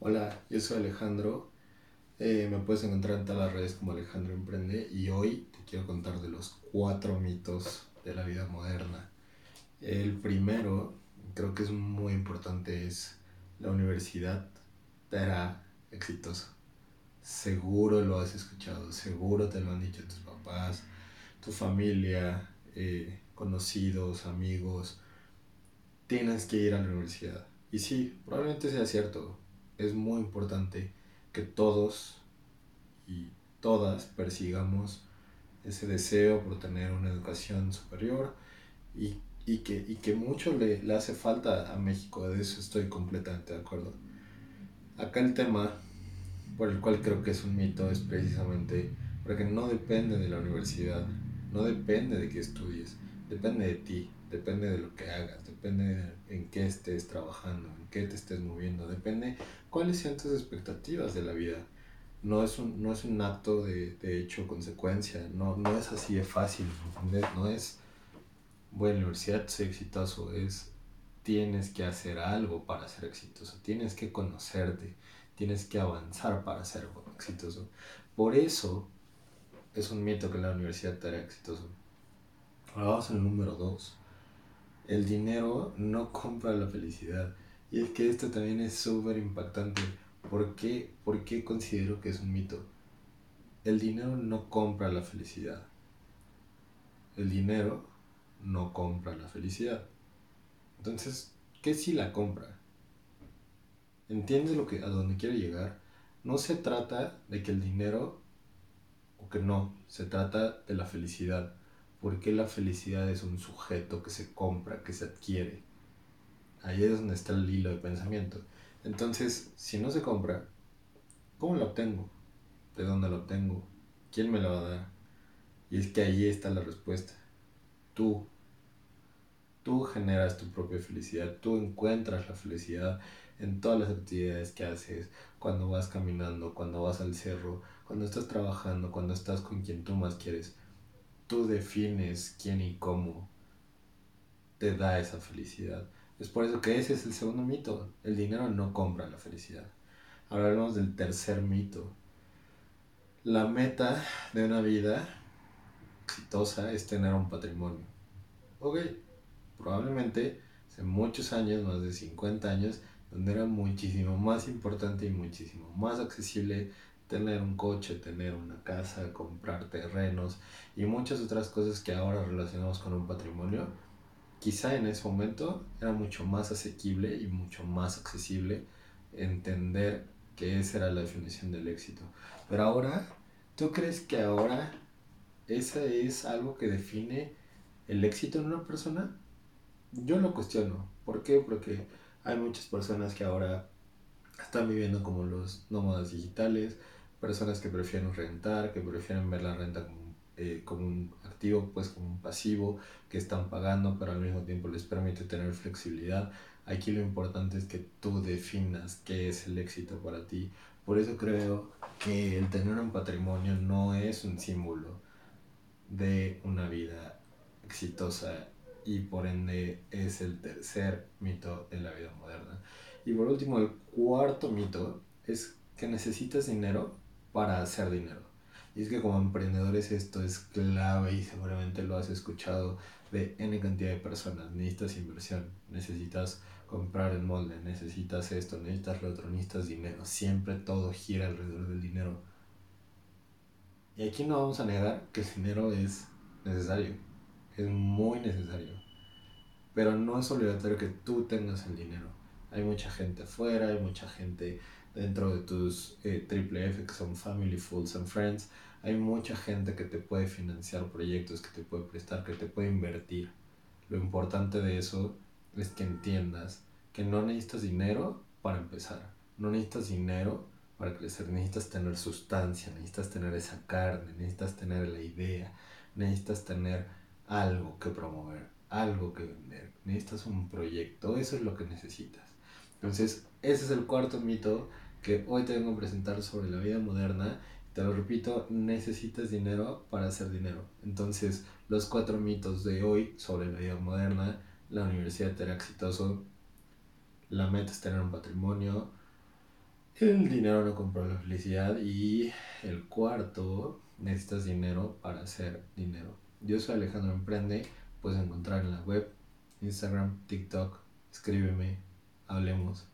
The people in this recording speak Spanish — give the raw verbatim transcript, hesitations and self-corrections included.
Hola, yo soy Alejandro. Eh, me puedes encontrar en todas las redes como Alejandro Emprende y hoy te quiero contar de los cuatro mitos de la vida moderna. El primero, creo que es muy importante, es la universidad te hará exitoso. Seguro lo has escuchado, seguro te lo han dicho tus papás, tu familia, eh, conocidos, amigos. Tienes que ir a la universidad. Y sí, probablemente sea cierto. Es muy importante que todos y todas persigamos ese deseo por tener una educación superior y, y, que, y que mucho le, le hace falta a México, de eso estoy completamente de acuerdo. Acá el tema por el cual creo que es un mito es precisamente porque no depende de la universidad, no depende de que estudies, depende de ti, depende de lo que hagas, depende de en qué estés trabajando, en qué te estés moviendo, depende cuáles sean tus expectativas de la vida. No es un, no es un acto de, de hecho consecuencia, no, no es así de fácil, ¿entendés? No es voy a la universidad, soy exitoso, es tienes que hacer algo para ser exitoso, tienes que conocerte, tienes que avanzar para ser exitoso. Por eso es un mito que la universidad te hará exitoso. Ahora vamos al número dos. El dinero no compra la felicidad. Y es que esto también es súper impactante. ¿Por qué? ¿Por qué considero que es un mito? El dinero no compra la felicidad. El dinero no compra la felicidad. Entonces, ¿qué si la compra? ¿Entiendes lo que, a dónde quiero llegar? No se trata de que el dinero, o que no, se trata de la felicidad. Porque la felicidad es un sujeto que se compra, que se adquiere. Ahí es donde está el hilo de pensamiento. Entonces, si no se compra, ¿cómo la obtengo? ¿De dónde la obtengo? ¿Quién me la va a dar? Y es que ahí está la respuesta. Tú, tú generas tu propia felicidad, tú encuentras la felicidad en todas las actividades que haces, cuando vas caminando, cuando vas al cerro, cuando estás trabajando, cuando estás con quien tú más quieres. Tú defines quién y cómo te da esa felicidad. Es por eso que ese es el segundo mito. El dinero no compra la felicidad. Ahora hablamos del tercer mito. La meta de una vida exitosa es tener un patrimonio. Ok, probablemente hace muchos años, más de cincuenta años, donde era muchísimo más importante y muchísimo más accesible tener un coche, tener una casa, comprar terrenos y muchas otras cosas que ahora relacionamos con un patrimonio. Quizá en ese momento era mucho más asequible y mucho más accesible entender que esa era la definición del éxito. Pero ahora, ¿tú crees que ahora esa es algo que define el éxito en una persona? Yo lo cuestiono. ¿Por qué? Porque hay muchas personas que ahora están viviendo como los nómadas digitales, personas que prefieren rentar, que prefieren ver la renta como, eh, como un activo, pues como un pasivo que están pagando, pero al mismo tiempo les permite tener flexibilidad. Aquí lo importante es que tú definas qué es el éxito para ti. Por eso creo que el tener un patrimonio no es un símbolo de una vida exitosa y por ende es el tercer mito de la vida moderna. Y por último, el cuarto mito es que necesitas dinero para hacer dinero. Y es que como emprendedores esto es clave y seguramente lo has escuchado de N cantidad de personas. Necesitas inversión, necesitas comprar el molde, necesitas esto, necesitas lo otro, necesitas dinero. Siempre todo gira alrededor del dinero. Y aquí no vamos a negar que el dinero es necesario, es muy necesario, pero no es obligatorio que tú tengas el dinero. Hay mucha gente afuera, hay mucha gente dentro de tus eh, triple F que son Family, Fools and Friends. Hay mucha gente que te puede financiar proyectos, que te puede prestar, que te puede invertir. Lo importante de eso es que entiendas que no necesitas dinero para empezar, no necesitas dinero para crecer, necesitas tener sustancia, necesitas tener esa carne, necesitas tener la idea, necesitas tener algo que promover, algo que vender, necesitas un proyecto, eso es lo que necesitas. Entonces, ese es el cuarto mito que hoy te vengo a presentar sobre la vida moderna. Te lo repito, necesitas dinero para hacer dinero. Entonces, los cuatro mitos de hoy sobre la vida moderna: la universidad te hará exitoso, la meta es tener un patrimonio, El dinero no compra la felicidad. Y el cuarto, necesitas dinero para hacer dinero. Yo soy Alejandro Emprende. Puedes encontrar en la web, Instagram, TikTok. Escríbeme, hablemos.